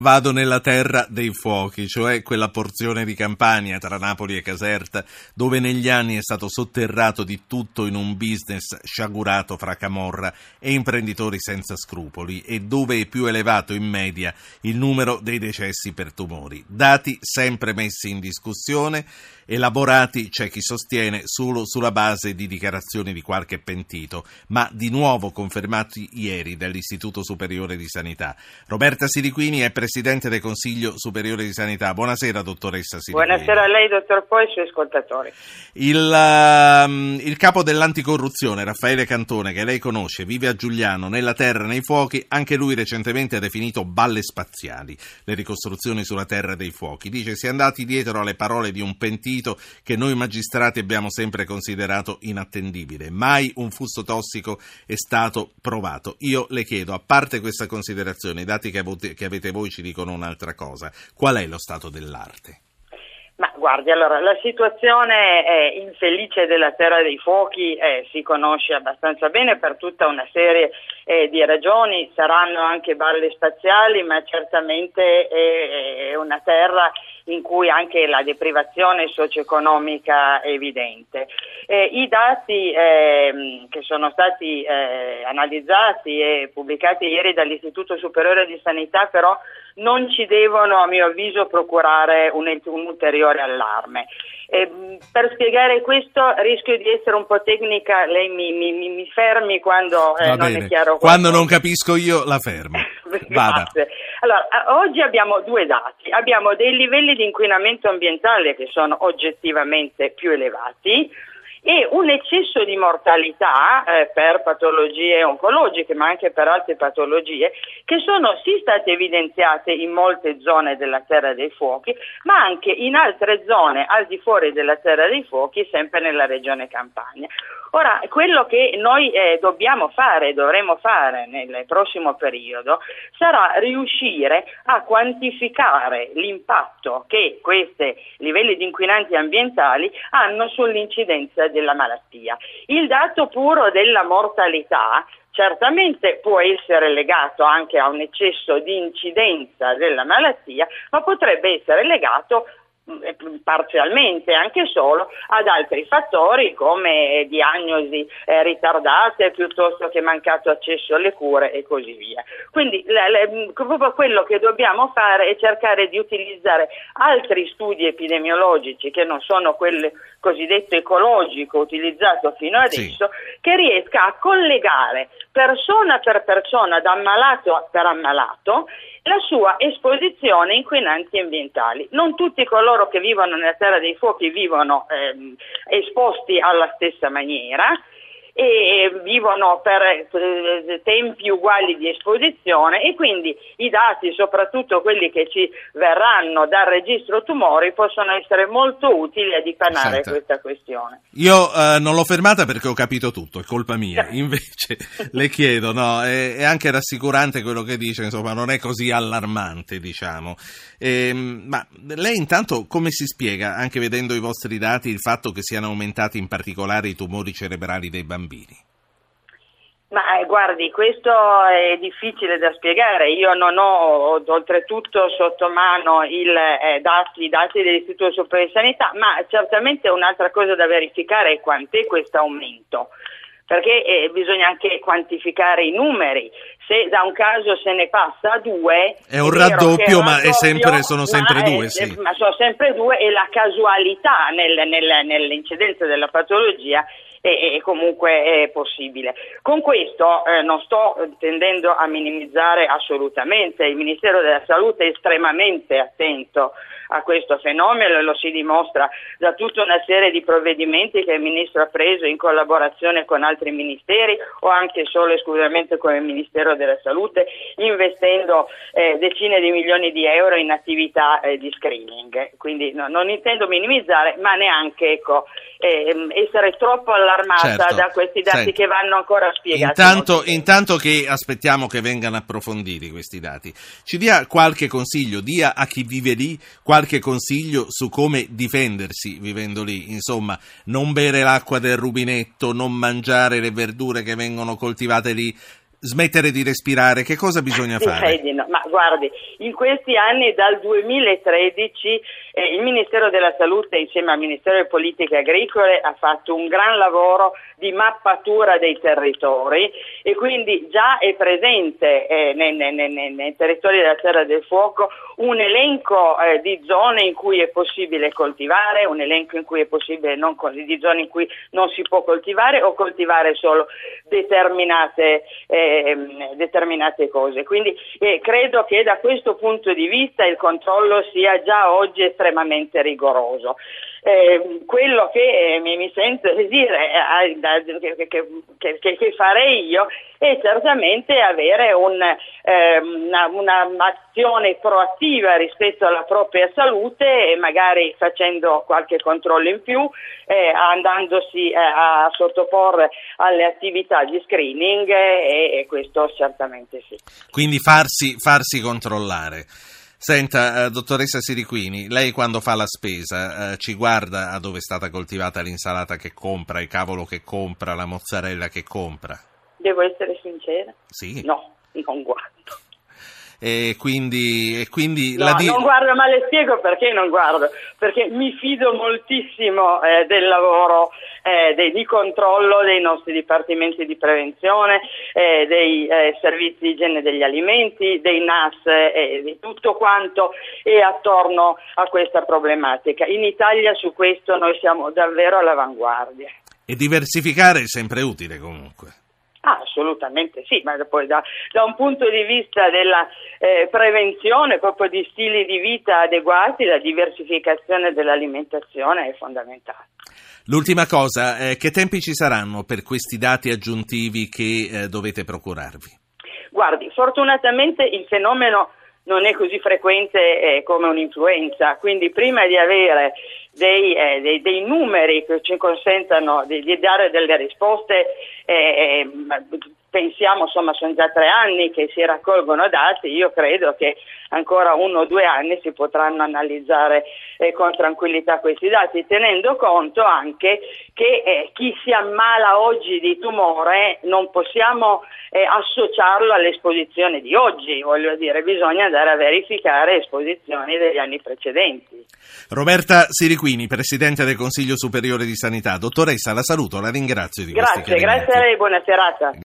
Vado nella terra dei fuochi, cioè quella porzione di Campania tra Napoli e Caserta, dove negli anni è stato sotterrato di tutto in un business sciagurato fra camorra e imprenditori senza scrupoli e dove è più elevato in media il numero dei decessi per tumori. Dati sempre messi in discussione, elaborati, c'è chi sostiene, solo sulla base di dichiarazioni di qualche pentito, ma di nuovo confermati ieri dall'Istituto Superiore di Sanità. Roberta Siriquini è Presidente del Consiglio Superiore di Sanità. Buonasera, dottoressa Siriquini. Buonasera a lei, dottor Po, e ai suoi ascoltatori. Il capo dell'anticorruzione, Raffaele Cantone, che lei conosce, vive a Giugliano, nella terra, nei fuochi, anche lui recentemente ha definito balle spaziali le ricostruzioni sulla terra dei fuochi. Dice: si è andati dietro alle parole di un pentito che noi magistrati abbiamo sempre considerato inattendibile. Mai un fusto tossico è stato provato. Io le chiedo, a parte questa considerazione, i dati che avete voi ci dicono un'altra cosa. Qual è lo stato dell'arte? Ma guardi, allora, la situazione infelice della Terra dei Fuochi si conosce abbastanza bene per tutta una serie di ragioni. Saranno anche balle spaziali, ma certamente è una terra in cui anche la deprivazione socio-economica è evidente. I dati che sono stati analizzati e pubblicati ieri dall'Istituto Superiore di Sanità però non ci devono, a mio avviso, procurare un ulteriore allarme. Per spiegare questo rischio di essere un po' tecnica, lei mi fermi quando non è chiaro. Quando non capisco io la fermo. Vada. Allora, oggi abbiamo due dati. Abbiamo dei livelli di inquinamento ambientale che sono oggettivamente più elevati e un eccesso di mortalità per patologie oncologiche, ma anche per altre patologie, che sono sì state evidenziate in molte zone della Terra dei Fuochi, ma anche in altre zone al di fuori della Terra dei Fuochi, sempre nella regione Campania. Ora, quello che noi dovremo fare nel prossimo periodo sarà riuscire a quantificare l'impatto che questi livelli di inquinanti ambientali hanno sull'incidenza della malattia. Il dato puro della mortalità certamente può essere legato anche a un eccesso di incidenza della malattia, ma potrebbe essere legato parzialmente, anche solo, ad altri fattori come diagnosi ritardate piuttosto che mancato accesso alle cure e così via. Quindi proprio quello che dobbiamo fare è cercare di utilizzare altri studi epidemiologici che non sono quello cosiddetto ecologico utilizzato fino adesso, che riesca a collegare persona per persona, da ammalato per ammalato, la sua esposizione a inquinanti ambientali. Non tutti coloro che vivono nella Terra dei Fuochi vivono esposti alla stessa maniera e vivono per tempi uguali di esposizione, e quindi i dati, soprattutto quelli che ci verranno dal registro tumori, possono essere molto utili a dipanare questa questione. Io non l'ho fermata perché ho capito tutto, è colpa mia. Invece le chiedo, è anche rassicurante quello che dice, insomma, non è così allarmante, diciamo. Ma lei intanto come si spiega, anche vedendo i vostri dati, il fatto che siano aumentati in particolare i tumori cerebrali dei bambini? Ma guardi, questo è difficile da spiegare. Io non ho oltretutto sotto mano i dati dell'Istituto Superiore di Sanità, ma certamente un'altra cosa da verificare è quant'è questo aumento, perché bisogna anche quantificare i numeri. Se da un caso se ne passa a due, è un raddoppio, ma sono sempre due, sì. Ma sono sempre due, e la casualità nell'incidenza della patologia è comunque possibile. Con questo non sto tendendo a minimizzare assolutamente. Il Ministero della Salute è estremamente attento a questo fenomeno e lo si dimostra da tutta una serie di provvedimenti che il Ministro ha preso in collaborazione con altri ministeri o anche solo esclusivamente con il Ministero della Salute, investendo decine di milioni di euro in attività di screening. Quindi non intendo minimizzare, ma neanche essere troppo allarmata da questi dati che vanno ancora spiegati. Intanto che aspettiamo che vengano approfonditi questi dati, ci dia qualche consiglio, dia a chi vive lì qualche consiglio su come difendersi vivendo lì, insomma, non bere l'acqua del rubinetto, non mangiare le verdure che vengono coltivate lì, smettere di respirare, che cosa bisogna fare? Ma guardi, in questi anni dal 2013 il Ministero della Salute insieme al Ministero delle Politiche Agricole ha fatto un gran lavoro di mappatura dei territori e quindi già è presente nei territori della Terra del Fuoco un elenco di zone in cui è possibile coltivare, un elenco in cui è possibile di zone in cui non si può coltivare o coltivare solo determinate cose. Quindi credo che da questo punto di vista il controllo sia già oggi estremamente rigoroso. Quello che mi sento di dire che farei io è certamente avere un'azione proattiva rispetto alla propria salute e magari facendo qualche controllo in più, andandosi a sottoporre alle attività di screening e questo certamente sì. Quindi farsi controllare. Senta, dottoressa Siriquini, lei quando fa la spesa ci guarda a dove è stata coltivata l'insalata che compra, il cavolo che compra, la mozzarella che compra? Devo essere sincera? Sì. No, non guardo. E quindi no, non guardo, ma le spiego perché non guardo, perché mi fido moltissimo del lavoro di controllo dei nostri dipartimenti di prevenzione, dei servizi di igiene degli alimenti, dei NAS, di tutto quanto è attorno a questa problematica. In Italia su questo noi siamo davvero all'avanguardia. E diversificare è sempre utile comunque. Assolutamente sì, ma poi da un punto di vista della prevenzione, proprio di stili di vita adeguati, la diversificazione dell'alimentazione è fondamentale. L'ultima cosa, che tempi ci saranno per questi dati aggiuntivi che dovete procurarvi? Guardi, fortunatamente il fenomeno non è così frequente come un'influenza, quindi prima di avere dei numeri che ci consentano di dare delle risposte, pensiamo, insomma, sono già 3 anni che si raccolgono dati, io credo che ancora 1 o 2 anni si potranno analizzare con tranquillità questi dati, tenendo conto anche che chi si ammala oggi di tumore non possiamo associarlo all'esposizione di oggi, voglio dire, bisogna andare a verificare esposizioni degli anni precedenti. Roberta Siriquini, Presidente del Consiglio Superiore di Sanità. Dottoressa, la saluto, la ringrazio di questi chiarimenti. Grazie a lei, buona serata.